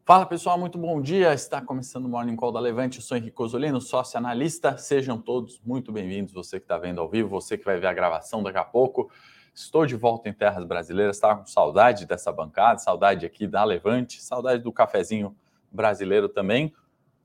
Fala pessoal, muito bom dia. Está começando o Morning Call da Levante. Eu sou Henrique Osolino, sócio analista. Sejam todos muito bem-vindos. Você que está vendo ao vivo, você que vai ver a gravação daqui a pouco. Estou de volta em terras brasileiras. Estava com saudade dessa bancada, saudade aqui da Levante, saudade do cafezinho brasileiro também.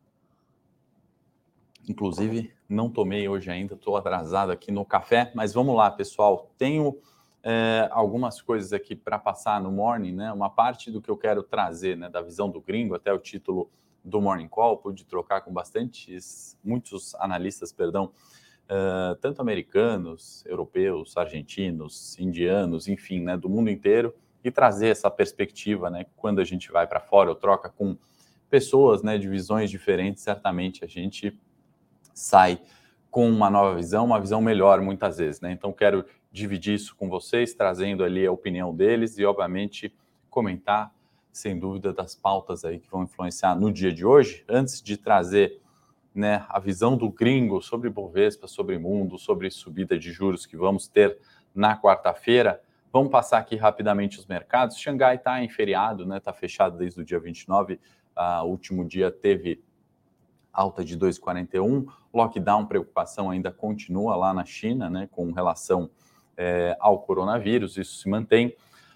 Inclusive, não tomei hoje ainda, estou atrasado aqui no café. Mas vamos lá, pessoal. Tenho algumas coisas aqui para passar no Morning, né? Uma parte do que eu quero trazer, né, da visão do gringo, até o título do Morning Call, pude trocar com muitos analistas, tanto americanos, europeus, argentinos, indianos, enfim, né, do mundo inteiro, e trazer essa perspectiva, né? Quando a gente vai para fora ou troca com pessoas, né, de visões diferentes, certamente a gente sai com uma nova visão, uma visão melhor muitas vezes, né? Então quero dividir isso com vocês, trazendo ali a opinião deles e, obviamente, comentar, sem dúvida, das pautas aí que vão influenciar no dia de hoje. Antes de trazer, né, a visão do gringo sobre Bovespa, sobre mundo, sobre subida de juros que vamos ter na quarta-feira, vamos passar aqui rapidamente os mercados. Xangai está em feriado, né? Está fechado desde o dia 29, o último dia teve alta de 2,41, lockdown, preocupação ainda continua lá na China, né, com relação ao coronavírus, isso se mantém.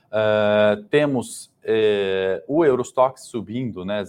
Temos o Eurostoxx subindo, né,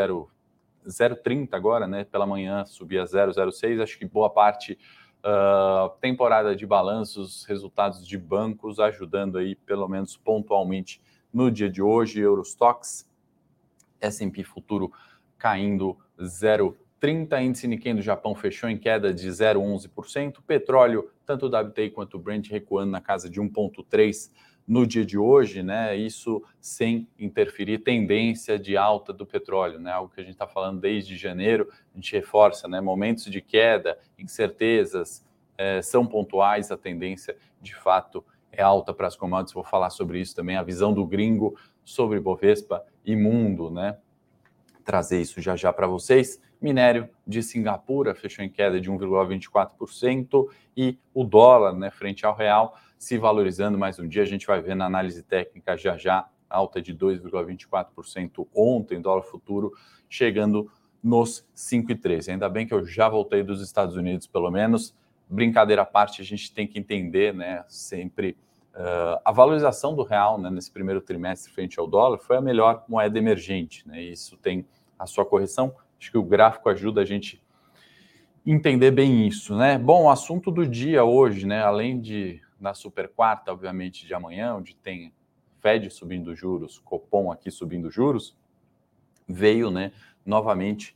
0,30 agora, né, pela manhã subia 0,06, acho que boa parte temporada de balanços, resultados de bancos ajudando aí, pelo menos pontualmente, no dia de hoje. Eurostoxx, S&P Futuro caindo 0,30, índice Nikkei do Japão fechou em queda de 0,11%, petróleo, tanto o WTI quanto o Brent recuando na casa de 1,3 no dia de hoje, né? Isso sem interferir tendência de alta do petróleo, né? Algo que a gente está falando desde janeiro, a gente reforça, né? Momentos de queda, incertezas são pontuais, a tendência de fato é alta para as commodities. Vou falar sobre isso também, a visão do gringo sobre Bovespa e mundo, né? Trazer isso já para vocês. Minério de Singapura fechou em queda de 1,24% e o dólar, né, frente ao real, se valorizando mais um dia. A gente vai ver na análise técnica já, alta de 2,24% ontem, dólar futuro chegando nos 5,13. Ainda bem que eu já voltei dos Estados Unidos, pelo menos. Brincadeira à parte, a gente tem que entender, né, sempre a valorização do real, né, nesse primeiro trimestre frente ao dólar foi a melhor moeda emergente, né? Isso tem a sua correção. Acho que o gráfico ajuda a gente entender bem isso, né? Bom, o assunto do dia hoje, né, além da super quarta, obviamente, de amanhã, onde tem Fed subindo juros, Copom aqui subindo juros, veio, né, novamente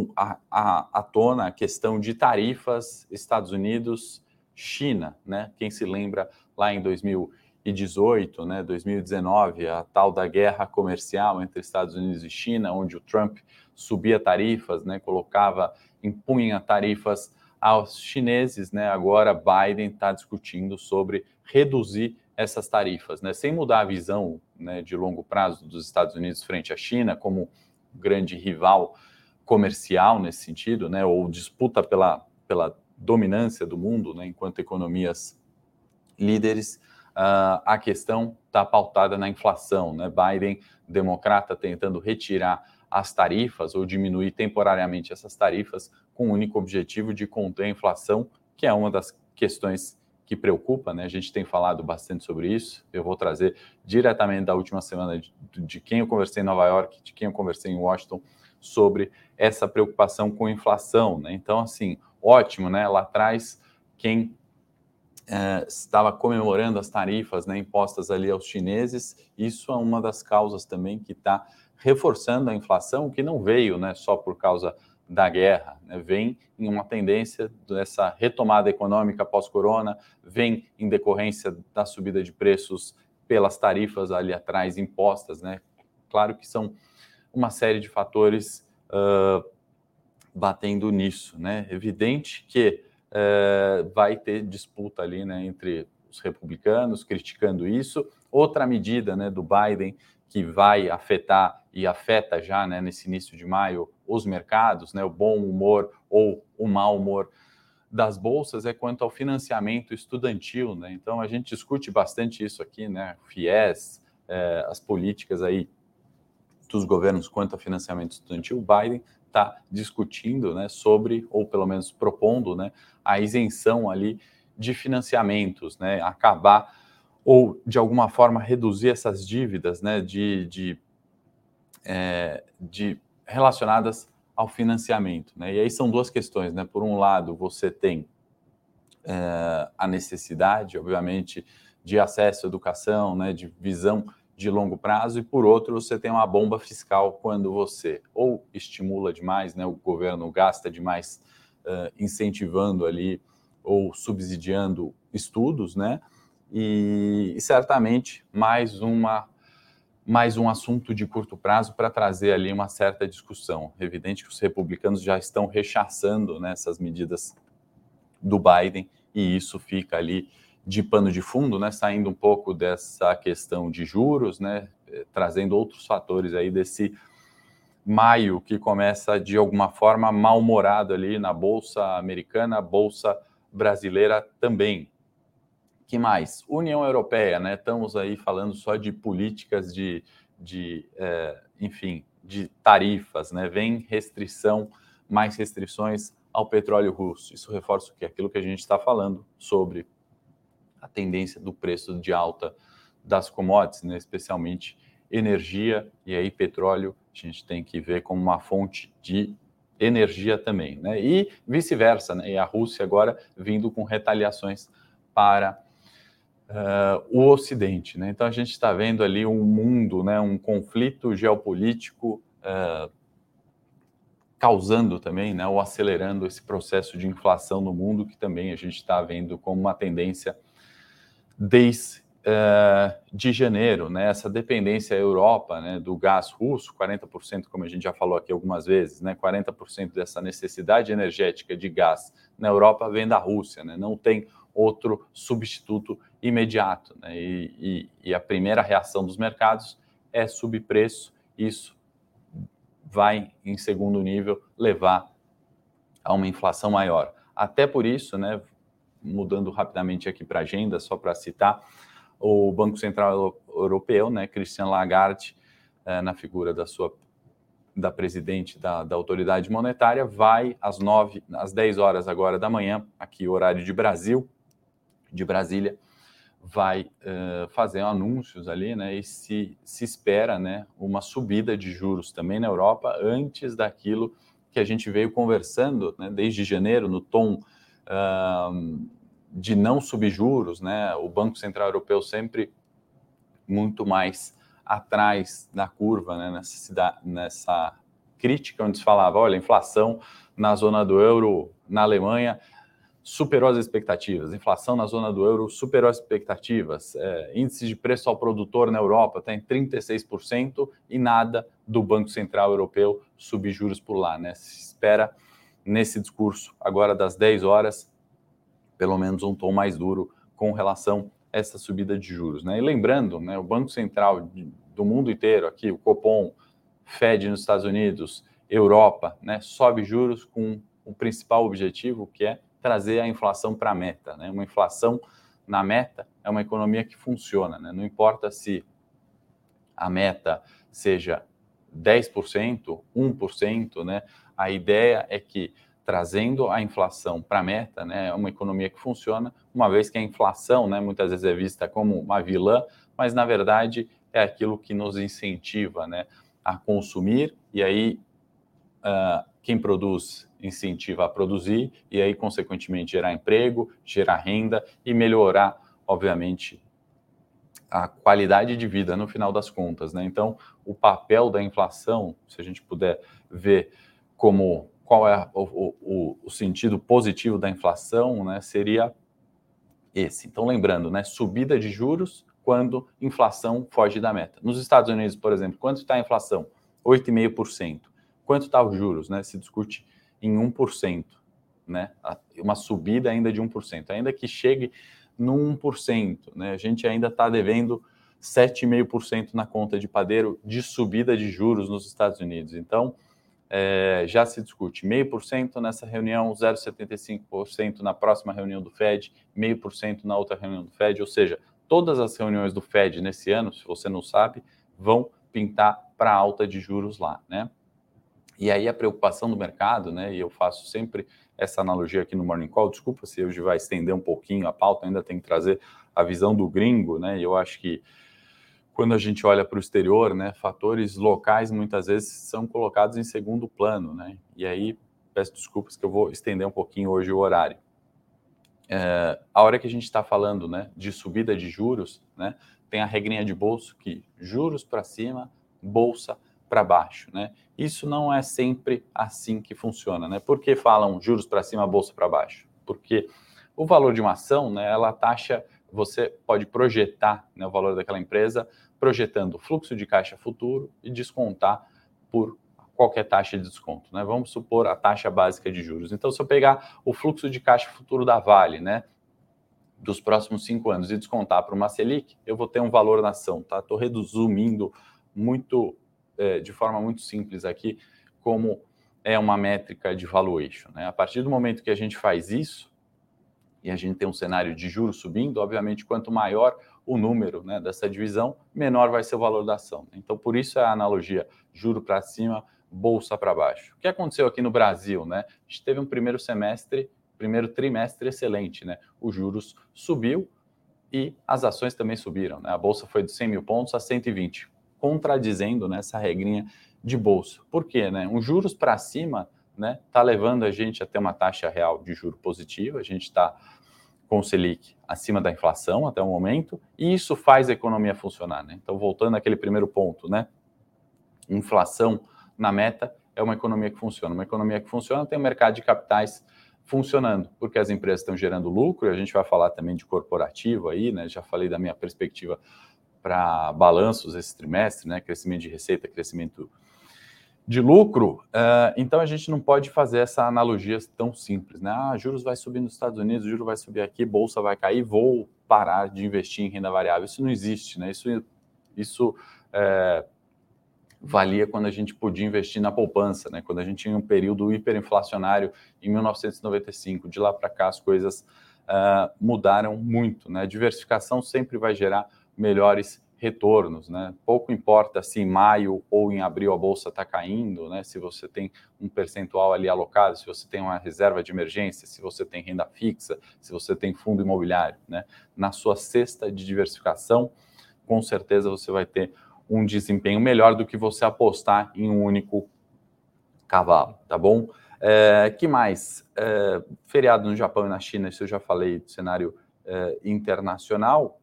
à tona a questão de tarifas Estados Unidos, China, né? Quem se lembra lá em 2018, né, 2019, a tal da guerra comercial entre Estados Unidos e China, onde o Trump subia tarifas, né, impunha tarifas aos chineses, né? Agora Biden está discutindo sobre reduzir essas tarifas, né, sem mudar a visão, né, de longo prazo dos Estados Unidos frente à China como grande rival comercial nesse sentido, né, ou disputa pela dominância do mundo, né, enquanto economias líderes. A questão está pautada na inflação, né? Biden, democrata, tentando retirar as tarifas ou diminuir temporariamente essas tarifas com o único objetivo de conter a inflação, que é uma das questões que preocupa, né? A gente tem falado bastante sobre isso. Eu vou trazer diretamente da última semana de quem eu conversei em Nova York, de quem eu conversei em Washington, sobre essa preocupação com inflação, né? Então, assim, ótimo, né? Lá atrás, quem estava comemorando as tarifas, né, impostas ali aos chineses, isso é uma das causas também que está reforçando a inflação, que não veio, né, só por causa da guerra, né, vem em uma tendência dessa retomada econômica pós-corona, vem em decorrência da subida de preços pelas tarifas ali atrás impostas, né? Claro que são uma série de fatores batendo nisso, né? Evidente que vai ter disputa ali, né, entre os republicanos criticando isso. Outra medida, né, do Biden que vai afetar e afeta já, né, nesse início de maio os mercados, né, o bom humor ou o mau humor das bolsas é quanto ao financiamento estudantil, né? Então a gente discute bastante isso aqui, né? FIES, as políticas aí dos governos quanto a financiamento estudantil, o Biden está discutindo, né, sobre, ou pelo menos propondo, né, a isenção ali de financiamentos, né, acabar ou, de alguma forma, reduzir essas dívidas, né, de relacionadas ao financiamento, né? E aí são duas questões, né? Por um lado, você tem a necessidade, obviamente, de acesso à educação, né, de visão de longo prazo, e por outro, você tem uma bomba fiscal quando você ou estimula demais, né, o governo gasta demais incentivando ali ou subsidiando estudos, né, e certamente mais um assunto de curto prazo para trazer ali uma certa discussão. É evidente que os republicanos já estão rechaçando, né, essas medidas do Biden, e isso fica ali de pano de fundo, né, saindo um pouco dessa questão de juros, né, trazendo outros fatores aí desse maio que começa de alguma forma mal-humorado ali na Bolsa Americana, Bolsa Brasileira também. Que mais? União Europeia, né? Estamos aí falando só de políticas enfim, de tarifas, né? Vem restrição, mais restrições ao petróleo russo. Isso reforça o quê? Aquilo que a gente está falando sobre a tendência do preço de alta das commodities, né? Especialmente energia, e aí petróleo a gente tem que ver como uma fonte de energia também, né? E vice-versa, né? E a Rússia agora vindo com retaliações para o Ocidente, né? Então a gente está vendo ali um mundo, né, um conflito geopolítico causando também, né, ou acelerando esse processo de inflação no mundo, que também a gente está vendo como uma tendência desde de janeiro, né? Essa dependência à Europa, né, do gás russo, 40%, como a gente já falou aqui algumas vezes, né, 40% dessa necessidade energética de gás na Europa vem da Rússia, né? Não tem outro substituto imediato, né? E a primeira reação dos mercados é subir preço. Isso vai, em segundo nível, levar a uma inflação maior. Até por isso, né, mudando rapidamente aqui para a agenda, só para citar, o Banco Central Europeu, né, Christine Lagarde, na figura da presidente da autoridade monetária, vai às 10 horas agora da manhã, aqui horário de Brasília, vai fazer anúncios ali, né, e se espera, né, uma subida de juros também na Europa antes daquilo que a gente veio conversando, né, desde janeiro, no tom de não subir juros, né, o Banco Central Europeu sempre muito mais atrás da curva, né, nessa crítica onde se falava, olha, a inflação na zona do euro, na Alemanha, superou as expectativas, inflação na zona do euro superou as expectativas, índice de preço ao produtor na Europa está em 36% e nada do Banco Central Europeu subir juros por lá, né? Se espera nesse discurso agora das 10 horas, pelo menos um tom mais duro com relação a essa subida de juros, né? E lembrando, né, o Banco Central do mundo inteiro, aqui o Copom, Fed nos Estados Unidos, Europa, né, sobe juros com o principal objetivo, que é trazer a inflação para a meta, né? Uma inflação na meta é uma economia que funciona, né? Não importa se a meta seja 10%, 1%, né? A ideia é que trazendo a inflação para a meta, né, é uma economia que funciona, uma vez que a inflação, né, muitas vezes é vista como uma vilã, mas na verdade é aquilo que nos incentiva, né, a consumir, e aí quem produz incentiva a produzir, e aí consequentemente gerar emprego, gerar renda e melhorar, obviamente, a qualidade de vida no final das contas, né? Então, o papel da inflação, se a gente puder ver como qual é o sentido positivo da inflação, né, seria esse. Então, lembrando, né, subida de juros quando inflação foge da meta. Nos Estados Unidos, por exemplo, quanto está a inflação? 8,5%. Quanto está os juros? Né? Se discute em 1%. Né? Uma subida ainda de 1%. Ainda que chegue no 1%, né? A gente ainda está devendo 7,5% na conta de padeiro de subida de juros nos Estados Unidos. Então, já se discute 0,5% nessa reunião, 0,75% na próxima reunião do Fed, 0,5% na outra reunião do Fed, ou seja, todas as reuniões do Fed nesse ano, se você não sabe, vão pintar para alta de juros lá, né? E aí a preocupação do mercado, né, e eu faço sempre essa analogia aqui no Morning Call, desculpa se hoje vai estender um pouquinho a pauta, ainda tem que trazer a visão do gringo, né, e eu acho que quando a gente olha para o exterior, né, fatores locais muitas vezes são colocados em segundo plano, né, e aí peço desculpas que eu vou estender um pouquinho hoje o horário. A hora que a gente está falando, né, de subida de juros, né, tem a regrinha de bolso que juros para cima, bolsa para baixo, né? Isso não é sempre assim que funciona, né? Por que falam juros para cima, bolsa para baixo? Porque o valor de uma ação, né, ela taxa, você pode projetar, né, o valor daquela empresa projetando o fluxo de caixa futuro e descontar por qualquer taxa de desconto, né? Vamos supor a taxa básica de juros. Então, se eu pegar o fluxo de caixa futuro da Vale, né, dos próximos 5 anos e descontar para uma Selic, eu vou ter um valor na ação, tá? Estou resumindo muito, de forma muito simples aqui, como é uma métrica de valuation, né? A partir do momento que a gente faz isso, e a gente tem um cenário de juros subindo, obviamente, quanto maior o número, né, dessa divisão, menor vai ser o valor da ação. Então, por isso é a analogia juro para cima, bolsa para baixo. O que aconteceu aqui no Brasil, né? A gente teve um primeiro trimestre excelente, né? Os juros subiu e as ações também subiram, né? A bolsa foi de 100 mil pontos a 120, contradizendo, né, essa regrinha de bolsa. Por quê, né? Os juros para cima, né, tá levando a gente a ter uma taxa real de juro positiva, a gente está com o Selic acima da inflação até o momento, e isso faz a economia funcionar, né? Então, voltando àquele primeiro ponto, né? Inflação na meta é uma economia que funciona. Uma economia que funciona tem um mercado de capitais funcionando, porque as empresas estão gerando lucro, a gente vai falar também de corporativo aí, né? Já falei da minha perspectiva para balanços esse trimestre, né? Crescimento de receita, crescimento de lucro. Então a gente não pode fazer essa analogia tão simples, né? Juros vai subir nos Estados Unidos, juros vai subir aqui, bolsa vai cair, vou parar de investir em renda variável. Isso não existe, né? Isso valia quando a gente podia investir na poupança, né? Quando a gente tinha um período hiperinflacionário em 1995. De lá para cá as coisas mudaram muito, né? A diversificação sempre vai gerar melhores retornos, né? Pouco importa se em maio ou em abril a bolsa está caindo, né? Se você tem um percentual ali alocado, se você tem uma reserva de emergência, se você tem renda fixa, se você tem fundo imobiliário, né? Na sua cesta de diversificação, com certeza você vai ter um desempenho melhor do que você apostar em um único cavalo, tá bom? Que mais? Feriado no Japão e na China, isso eu já falei do cenário internacional.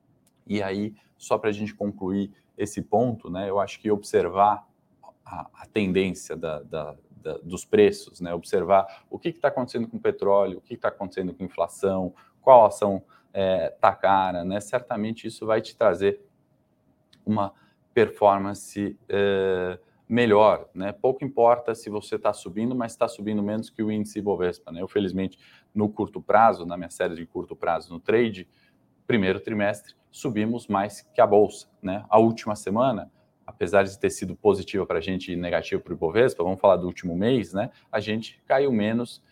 E aí, só para a gente concluir esse ponto, né, eu acho que observar a tendência dos preços, né, observar o que está acontecendo com o petróleo, o que está acontecendo com a inflação, qual ação está cara, né, certamente isso vai te trazer uma performance melhor, né? Pouco importa se você está subindo, mas está subindo menos que o índice Ibovespa, né? Eu, felizmente, no curto prazo, na minha série de curto prazo no trade, primeiro trimestre, subimos mais que a Bolsa, né? A última semana, apesar de ter sido positiva para a gente e negativa para o Ibovespa, vamos falar do último mês, né? A gente caiu menos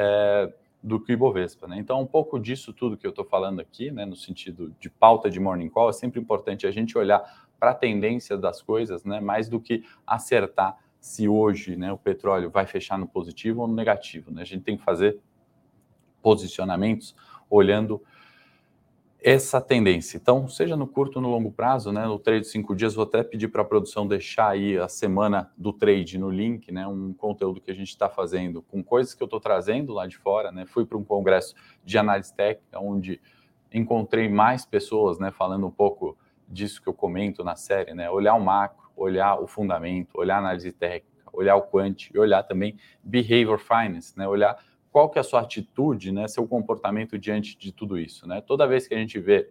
do que o Ibovespa, né? Então, um pouco disso tudo que eu estou falando aqui, né, no sentido de pauta de Morning Call, é sempre importante a gente olhar para a tendência das coisas, né, mais do que acertar se hoje, né, o petróleo vai fechar no positivo ou no negativo, né? A gente tem que fazer posicionamentos olhando essa tendência. Então, seja no curto ou no longo prazo, né, no trade de 5 dias, vou até pedir para a produção deixar aí a semana do trade no link, né, um conteúdo que a gente está fazendo com coisas que eu estou trazendo lá de fora, né, fui para um congresso de análise técnica, onde encontrei mais pessoas, né, falando um pouco disso que eu comento na série, né, olhar o macro, olhar o fundamento, olhar a análise técnica, olhar o quant e olhar também behavior finance, né, olhar qual que é a sua atitude, né, seu comportamento diante de tudo isso, né? Toda vez que a gente vê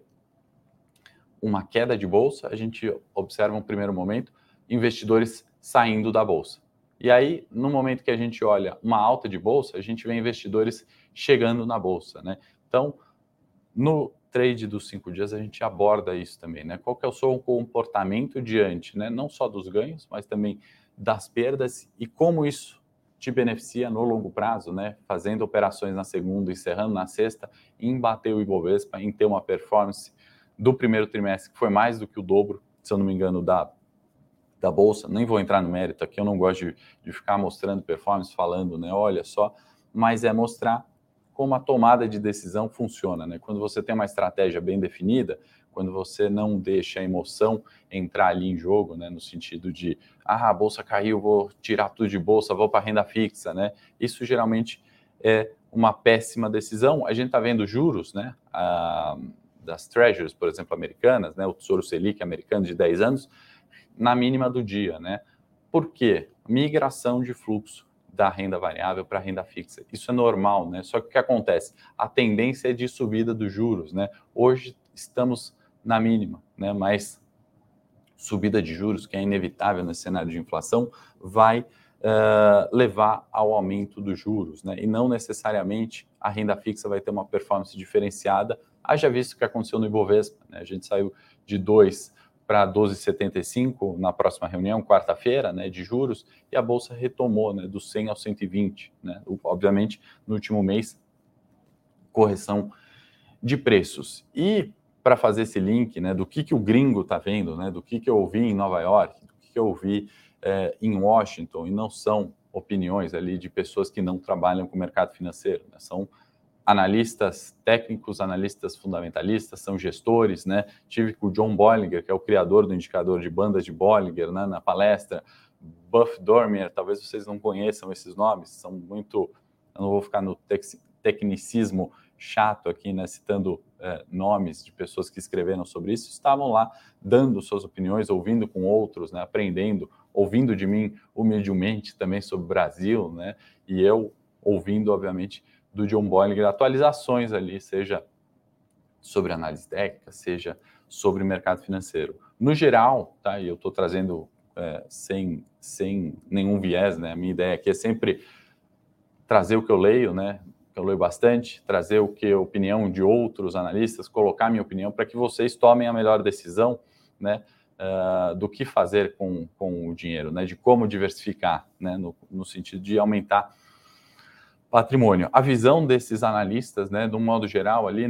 uma queda de bolsa, a gente observa um primeiro momento investidores saindo da bolsa. E aí, no momento que a gente olha uma alta de bolsa, a gente vê investidores chegando na bolsa, né? Então, no trade dos 5 dias, a gente aborda isso também, né? Qual que é o seu comportamento diante, né? Não só dos ganhos, mas também das perdas e como isso te beneficia no longo prazo, né? Fazendo operações na segunda, encerrando na sexta, em bater o Ibovespa, em ter uma performance do primeiro trimestre que foi mais do que o dobro, se eu não me engano, da Bolsa. Nem vou entrar no mérito aqui, eu não gosto de ficar mostrando performance, falando, né, olha só, mas é mostrar como a tomada de decisão funciona, né? Quando você tem uma estratégia bem definida, quando você não deixa a emoção entrar ali em jogo, né, no sentido de, a bolsa caiu, vou tirar tudo de bolsa, vou para renda fixa, né? Isso geralmente é uma péssima decisão. A gente está vendo juros, né, das treasuries, por exemplo, americanas, né, o Tesouro Selic americano de 10 anos, na mínima do dia, né? Por quê? Migração de fluxo da renda variável para a renda fixa. Isso é normal, né? Só que o que acontece? A tendência é de subida dos juros, né? Hoje estamos na mínima, né? Mas subida de juros, que é inevitável nesse cenário de inflação, vai levar ao aumento dos juros, né? E não necessariamente a renda fixa vai ter uma performance diferenciada. Haja visto o que aconteceu no Ibovespa, né? A gente saiu de 2 para 12,75 na próxima reunião, quarta-feira, né, de juros, e a Bolsa retomou, né, do 100 ao 120, né, obviamente, no último mês, correção de preços. E para fazer esse link, né, do que o gringo está vendo, né, do que eu ouvi em Nova York, do que eu ouvi em Washington, e não são opiniões ali de pessoas que não trabalham com o mercado financeiro, né, são analistas técnicos, analistas fundamentalistas, são gestores, né? Tive com o John Bollinger, que é o criador do indicador de bandas de Bollinger, né, na palestra. Buff Dormier, talvez vocês não conheçam esses nomes, são muito... Eu não vou ficar no tecnicismo chato aqui, né, citando nomes de pessoas que escreveram sobre isso, estavam lá dando suas opiniões, ouvindo com outros, né, aprendendo, ouvindo de mim humildemente também sobre o Brasil, né, e eu ouvindo, obviamente, do John Bollinger, atualizações ali, seja sobre análise técnica, seja sobre mercado financeiro. No geral, tá, e eu estou trazendo sem nenhum viés, né, a minha ideia aqui é sempre trazer o que eu leio, né, que eu leio bastante, trazer o que a opinião de outros analistas, colocar minha opinião para que vocês tomem a melhor decisão, né, do que fazer com o dinheiro, né, de como diversificar, né, no sentido de aumentar patrimônio. A visão desses analistas, né, de um modo geral, ali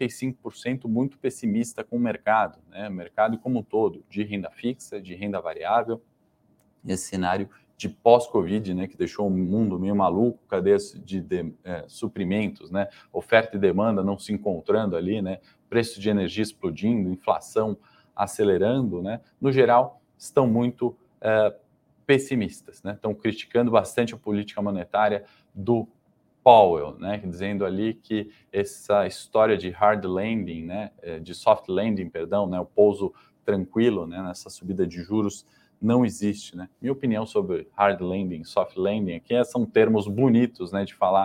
95% muito pessimista com o mercado, né, mercado como um todo, de renda fixa, de renda variável, esse cenário de pós-Covid, né, que deixou o mundo meio maluco, cadeias de suprimentos, né, oferta e demanda não se encontrando ali, né, preço de energia explodindo, inflação acelerando, né, no geral, estão muito pessimistas, né, estão criticando bastante a política monetária do Powell, né, dizendo ali que essa história de hard landing, né, de soft landing, perdão, né, o pouso tranquilo, né, nessa subida de juros não existe, né. Minha opinião sobre hard landing, soft landing, aqui são termos bonitos, né, de falar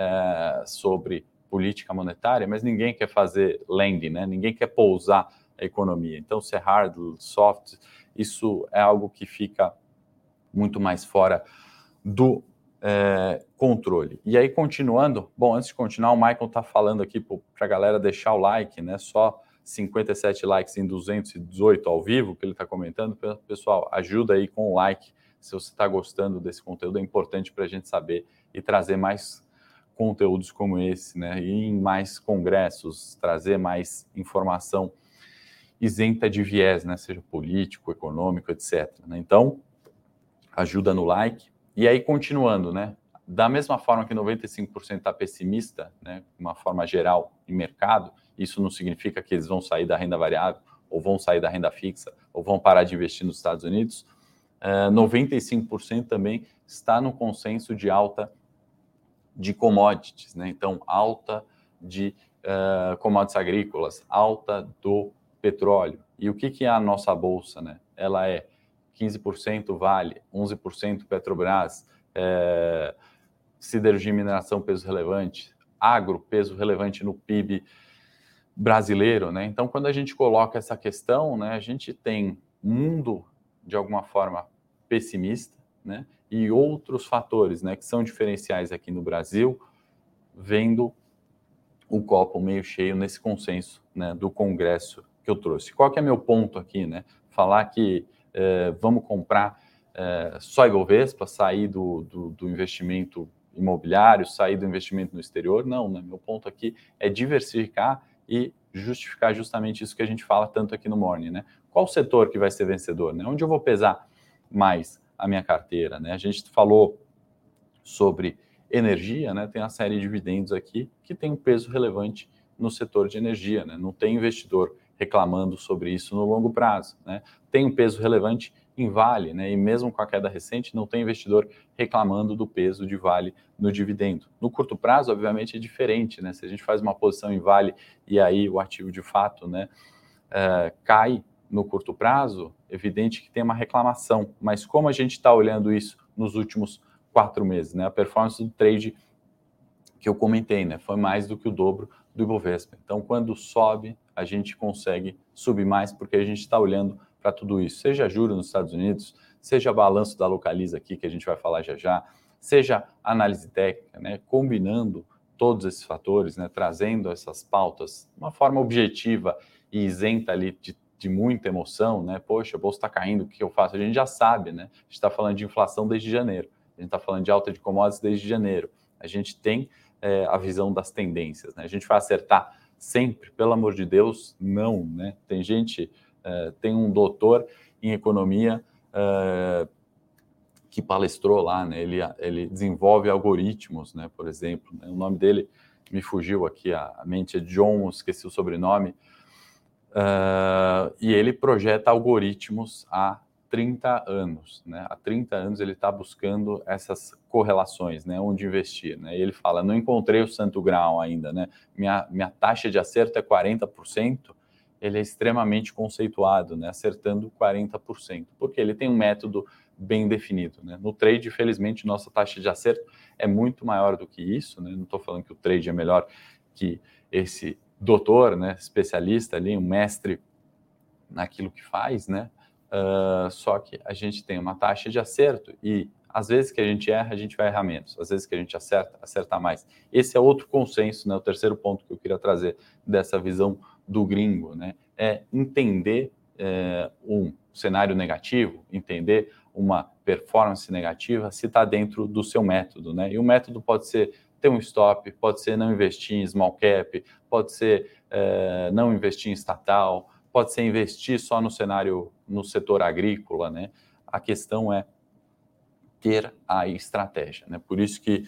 sobre política monetária, mas ninguém quer fazer landing, né, ninguém quer pousar a economia. Então, se é hard, soft, isso é algo que fica muito mais fora do controle. E aí, continuando, bom, antes de continuar, o Michael está falando aqui para a galera deixar o like, né? Só 57 likes em 218 ao vivo, que ele está comentando. Pessoal, ajuda aí com o like, se você está gostando desse conteúdo, é importante para a gente saber e trazer mais conteúdos como esse, né? E em mais congressos, trazer mais informação isenta de viés, né? Seja político, econômico, etc. Né? Então, ajuda no like. E aí, continuando, né? Da mesma forma que 95% está pessimista, né, de uma forma geral, em mercado, isso não significa que eles vão sair da renda variável, ou vão sair da renda fixa, ou vão parar de investir nos Estados Unidos. 95% também está no consenso de alta de commodities, né? Então, alta de commodities agrícolas, alta do petróleo. E o que é a nossa bolsa, né? Ela é 15% Vale, 11% Petrobras, siderurgia e mineração, peso relevante, agro, peso relevante no PIB brasileiro, né? Então, quando a gente coloca essa questão, né, a gente tem mundo, de alguma forma, pessimista, né? E outros fatores, né, que são diferenciais aqui no Brasil, vendo o copo meio cheio nesse consenso, né, do Congresso que eu trouxe. Qual que é meu ponto aqui, né? Falar que vamos comprar só Ibovespa, sair do investimento imobiliário, sair do investimento no exterior, não, né? Meu ponto aqui é diversificar e justificar justamente isso que a gente fala tanto aqui no Morning, né? Qual setor que vai ser vencedor, né? Onde eu vou pesar mais a minha carteira, né? A gente falou sobre energia, né? Tem uma série de dividendos aqui que tem um peso relevante no setor de energia, né? Não tem investidor reclamando sobre isso no longo prazo, né? Tem um peso relevante em Vale, né? E mesmo com a queda recente, não tem investidor reclamando do peso de Vale no dividendo. No curto prazo, obviamente, é diferente, né? Se a gente faz uma posição em Vale e aí o ativo de fato, né, cai no curto prazo, evidente que tem uma reclamação. Mas como a gente está olhando isso nos últimos 4 meses, né? A performance do trade que eu comentei, né? Foi mais do que o dobro do Ibovespa. Então, quando sobe, a gente consegue subir mais porque a gente está olhando para tudo isso. Seja juros nos Estados Unidos, seja balanço da Localiza aqui, que a gente vai falar já já, seja análise técnica, né? Combinando todos esses fatores, né? Trazendo essas pautas de uma forma objetiva e isenta ali de muita emoção, né? Poxa, a bolsa está caindo, o que eu faço? A gente já sabe, né? A gente está falando de inflação desde janeiro. A gente está falando de alta de commodities desde janeiro. A gente tem a visão das tendências, né? A gente vai acertar sempre, pelo amor de Deus, não, né? Tem gente, tem um doutor em economia que palestrou lá, né? Ele desenvolve algoritmos, né? Por exemplo, né? O nome dele me fugiu aqui, a mente é John, esqueci o sobrenome, e ele projeta algoritmos há 30 anos, né? Há 30 anos ele está buscando essas correlações, né? Onde investir, né? E ele fala, não encontrei o santo grau ainda, né? Minha taxa de acerto é 40%, ele é extremamente conceituado, né? Acertando 40%, porque ele tem um método bem definido, né? No trade, felizmente, nossa taxa de acerto é muito maior do que isso, né? Não estou falando que o trade é melhor que esse doutor, né? Especialista ali, um mestre naquilo que faz, né? Só que a gente tem uma taxa de acerto e às vezes que a gente erra, a gente vai errar menos. Às vezes que a gente acerta mais. Esse é outro consenso, né? O terceiro ponto que eu queria trazer dessa visão do gringo, né? É entender um cenário negativo, entender uma performance negativa, se está dentro do seu método, né? E o método pode ser ter um stop, pode ser não investir em small cap, pode ser não investir em estatal, pode ser investir só no setor agrícola, né? A questão é ter a estratégia, né? Por isso que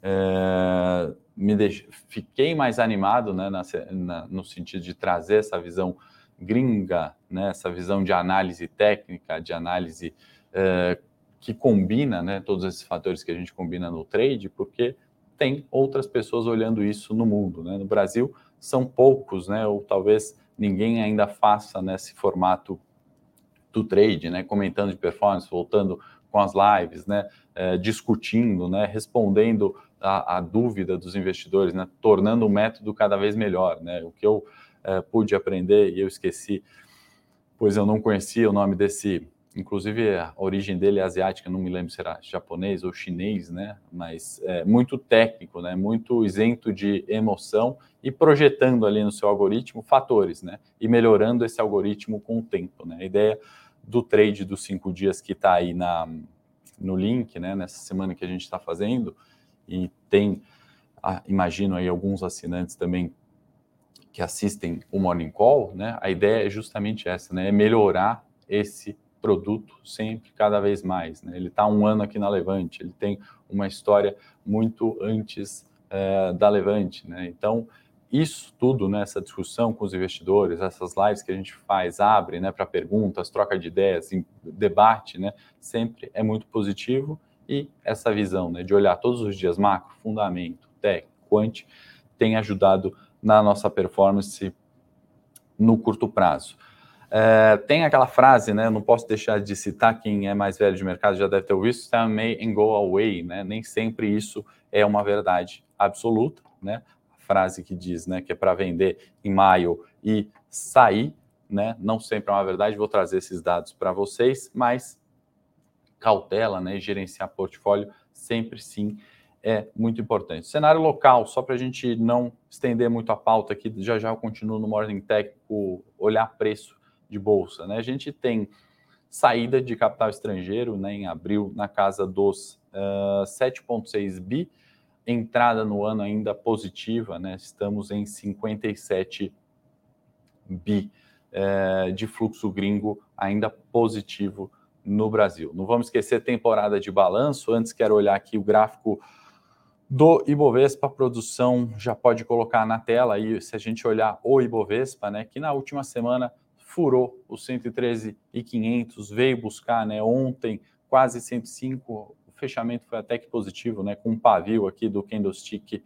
fiquei mais animado, né, no sentido de trazer essa visão gringa, né, essa visão de análise técnica, de análise que combina, né, todos esses fatores que a gente combina no trade, porque tem outras pessoas olhando isso no mundo, né? No Brasil são poucos, né, ou talvez ninguém ainda faça nesse formato do trade, né, comentando de performance, voltando com as lives, né, discutindo, né, respondendo a dúvida dos investidores, né, tornando o método cada vez melhor, né? O que eu pude aprender e eu esqueci, pois eu não conhecia o nome desse, inclusive a origem dele é asiática, não me lembro se era japonês ou chinês, né? Mas é muito técnico, né? Muito isento de emoção e projetando ali no seu algoritmo fatores, né? E melhorando esse algoritmo com o tempo, né? A ideia do trade dos 5 dias que está aí no link, né? Nessa semana que a gente está fazendo, e tem, imagino aí alguns assinantes também que assistem o Morning Call, né? A ideia é justamente essa, né? É melhorar esse produto sempre, cada vez mais, né? Ele está há 1 ano aqui na Levante, ele tem uma história muito antes da Levante, né? Então, isso tudo, né, essa discussão com os investidores, essas lives que a gente faz, abre, né, para perguntas, troca de ideias, debate, né, sempre é muito positivo, e essa visão, né, de olhar todos os dias macro, fundamento, técnico, quant, tem ajudado na nossa performance no curto prazo. Tem aquela frase, né? Não posso deixar de citar, quem é mais velho de mercado já deve ter ouvido, time may and go away, né? Nem sempre isso é uma verdade absoluta, né? A frase que diz, né, que é para vender em maio e sair, né? Não sempre é uma verdade. Vou trazer esses dados para vocês, mas cautela, né? E gerenciar portfólio sempre sim é muito importante. Cenário local, só para a gente não estender muito a pauta aqui, já já eu continuo no Morning Técnico, olhar preço de bolsa, né? A gente tem saída de capital estrangeiro, né, em abril, na casa dos 7,6 bi, entrada no ano ainda positiva, né? Estamos em 57 bi de fluxo gringo ainda positivo no Brasil. Não vamos esquecer temporada de balanço. Antes, quero olhar aqui o gráfico do Ibovespa. A produção já pode colocar na tela aí, se a gente olhar o Ibovespa, né, que na última semana furou os 113.500, veio buscar, né, ontem quase 105, o fechamento foi até que positivo, né, com um pavio aqui do candlestick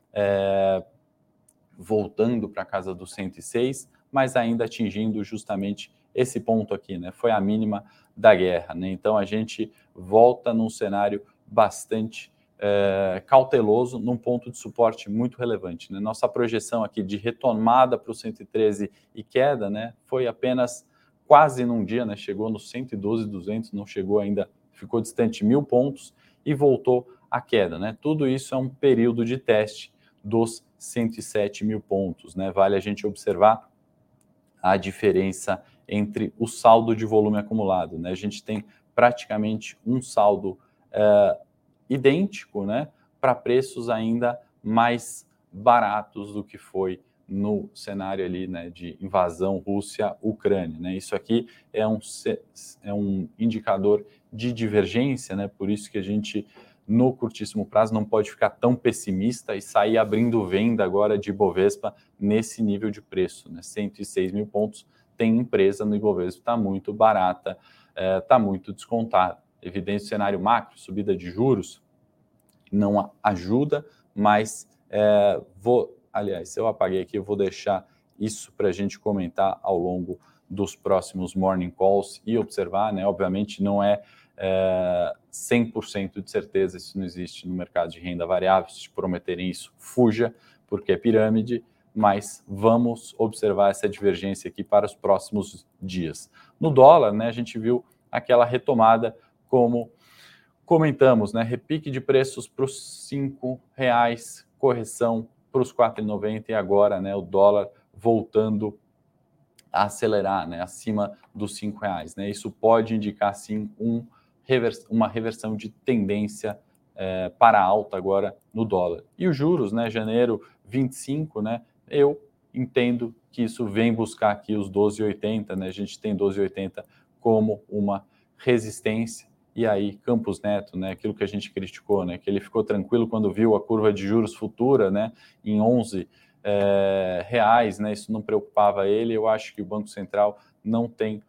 voltando para a casa dos 106, mas ainda atingindo justamente esse ponto aqui, né, foi a mínima da guerra, né, então a gente volta num cenário bastante cauteloso, num ponto de suporte muito relevante, né? Nossa projeção aqui de retomada para o 113 e queda, né, foi apenas quase num dia, né, chegou nos 112.200, não chegou ainda, ficou distante 1.000 pontos e voltou a queda, né? Tudo isso é um período de teste dos 107.000 pontos, né? Vale a gente observar a diferença entre o saldo de volume acumulado, né? A gente tem praticamente um saldo idêntico, né, para preços ainda mais baratos do que foi no cenário ali, né, de invasão Rússia-Ucrânia, né? Isso aqui é um indicador de divergência, né? Por isso que a gente no curtíssimo prazo não pode ficar tão pessimista e sair abrindo venda agora de Ibovespa nesse nível de preço, né? 106.000 pontos, tem empresa no Ibovespa, está muito barata, está muito descontada. Evidente o cenário macro, subida de juros, não ajuda, mas aliás, eu apaguei aqui, eu vou deixar isso para a gente comentar ao longo dos próximos morning calls e observar, né? Obviamente não é 100% de certeza, isso não existe no mercado de renda variável, se te prometerem isso, fuja, porque é pirâmide, mas vamos observar essa divergência aqui para os próximos dias. No dólar, né, a gente viu aquela retomada, como comentamos, né, repique de preços para os R$5, correção para os 4,90 e agora, né, o dólar voltando a acelerar, né, acima dos R$5, né? Isso pode indicar sim uma reversão de tendência para alta agora no dólar. E os juros, né, janeiro 25, né, eu entendo que isso vem buscar aqui os 12,80, né? A gente tem 12,80 como uma resistência. E aí, Campos Neto, né, aquilo que a gente criticou, né, que ele ficou tranquilo quando viu a curva de juros futura, né, em 11 reais, né, isso não preocupava ele. Eu acho que o Banco Central não tem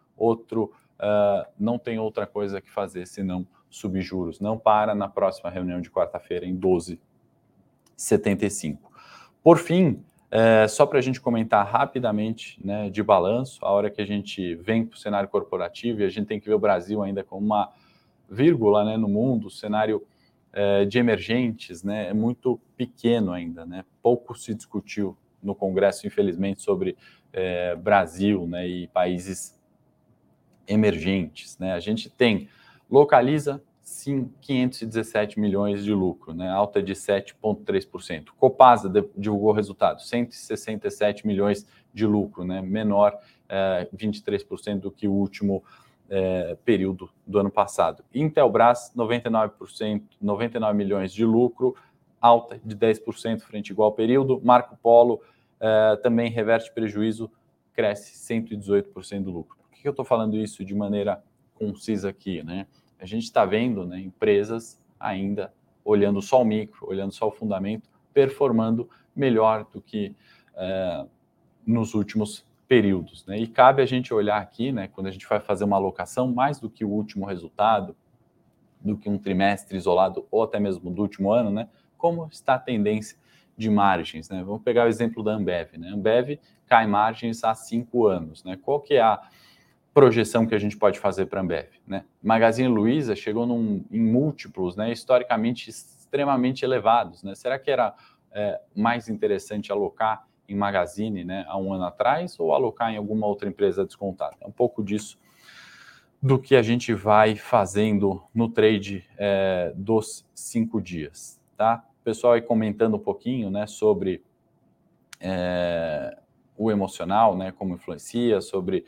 outra coisa que fazer senão subir juros. Não para na próxima reunião de quarta-feira em 12,75. Por fim, só para a gente comentar rapidamente, né, de balanço, a hora que a gente vem para o cenário corporativo, e a gente tem que ver o Brasil ainda como uma vírgula, né, no mundo, o cenário de emergentes, né, é muito pequeno ainda, né? Pouco se discutiu no Congresso, infelizmente, sobre Brasil, né, e países emergentes, né? A gente tem Localiza, sim, 517 milhões de lucro, né, alta de 7,3%. Copasa divulgou resultado, 167 milhões de lucro, né, menor 23% do que o último período do ano passado. Intelbras, 99%, 99 milhões de lucro, alta de 10% frente igual ao período. Marco Polo também reverte prejuízo, cresce 118% do lucro. Por que eu estou falando isso de maneira concisa aqui, né? A gente está vendo, né, empresas ainda olhando só o micro, olhando só o fundamento, performando melhor do que nos últimos períodos, né? E cabe a gente olhar aqui, né, quando a gente vai fazer uma alocação, mais do que o último resultado, do que um trimestre isolado ou até mesmo do último ano, né, como está a tendência de margens, né? Vamos pegar o exemplo da Ambev, né? Ambev cai margens há 5 anos, né? Qual que é a projeção que a gente pode fazer para a Ambev, né? Magazine Luiza chegou em múltiplos, né, historicamente extremamente elevados, né? Será que era mais interessante alocar em Magazine, né, há um ano atrás, ou alocar em alguma outra empresa descontada? É um pouco disso do que a gente vai fazendo no trade dos 5 dias, tá? O pessoal aí comentando um pouquinho, né, sobre o emocional, né, como influencia, sobre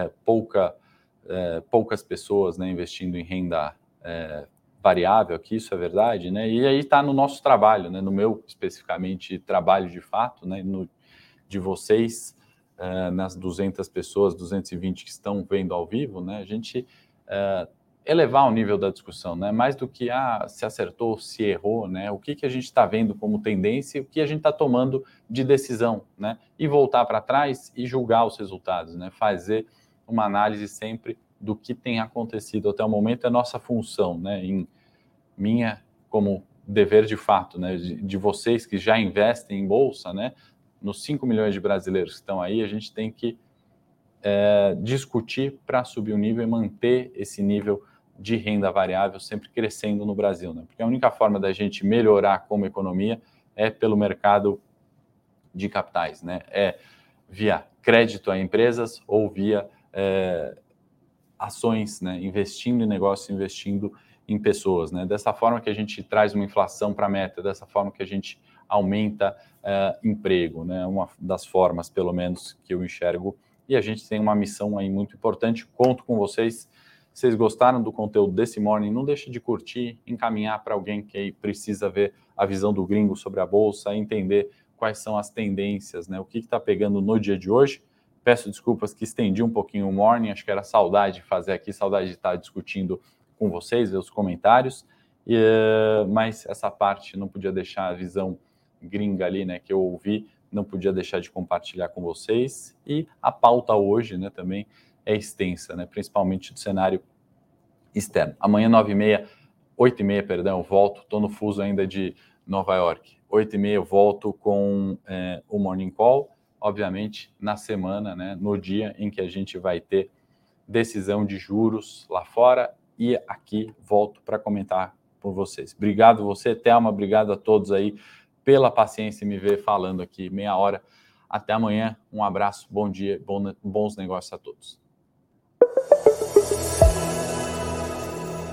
poucas pessoas, né, investindo em renda variável aqui, isso é verdade, né? E aí está no nosso trabalho, né, no meu especificamente trabalho de fato, né, de vocês, nas 200 pessoas, 220 que estão vendo ao vivo, né, a gente elevar o nível da discussão, né? Mais do que se acertou, se errou, né? O que a gente está vendo como tendência e o que a gente está tomando de decisão, né? E voltar para trás e julgar os resultados, né? Fazer uma análise sempre do que tem acontecido até o momento é nossa função, né? Minha como dever de fato, né? De vocês que já investem em bolsa, né? Nos 5 milhões de brasileiros que estão aí, a gente tem que discutir para subir o nível e manter esse nível de renda variável sempre crescendo no Brasil, né? Porque a única forma da gente melhorar como economia é pelo mercado de capitais, né? É via crédito a empresas ou via ações, né? Investindo em negócios, investindo em pessoas, né? Dessa forma que a gente traz uma inflação para a meta, dessa forma que a gente aumenta emprego, né? Uma das formas, pelo menos, que eu enxergo. E a gente tem uma missão aí muito importante. Conto com vocês. Se vocês gostaram do conteúdo desse Morning, não deixe de curtir, encaminhar para alguém que precisa ver a visão do gringo sobre a bolsa, entender quais são as tendências, né? O que está pegando no dia de hoje. Peço desculpas que estendi um pouquinho o Morning, acho que era saudade de fazer aqui, saudade de estar discutindo com vocês, ver os comentários, mas essa parte não podia deixar a visão gringa ali, né, que eu ouvi, não podia deixar de compartilhar com vocês. E a pauta hoje, né, também é extensa, né, principalmente do cenário externo. Amanhã, 8h30, perdão, eu volto, estou no fuso ainda de Nova York. 8h30 eu volto com o Morning Call, obviamente na semana, né, no dia em que a gente vai ter decisão de juros lá fora, e aqui volto para comentar por vocês. Obrigado você, Thelma, obrigado a todos aí pela paciência em me ver falando aqui meia hora. Até amanhã, um abraço, bom dia, bons negócios a todos.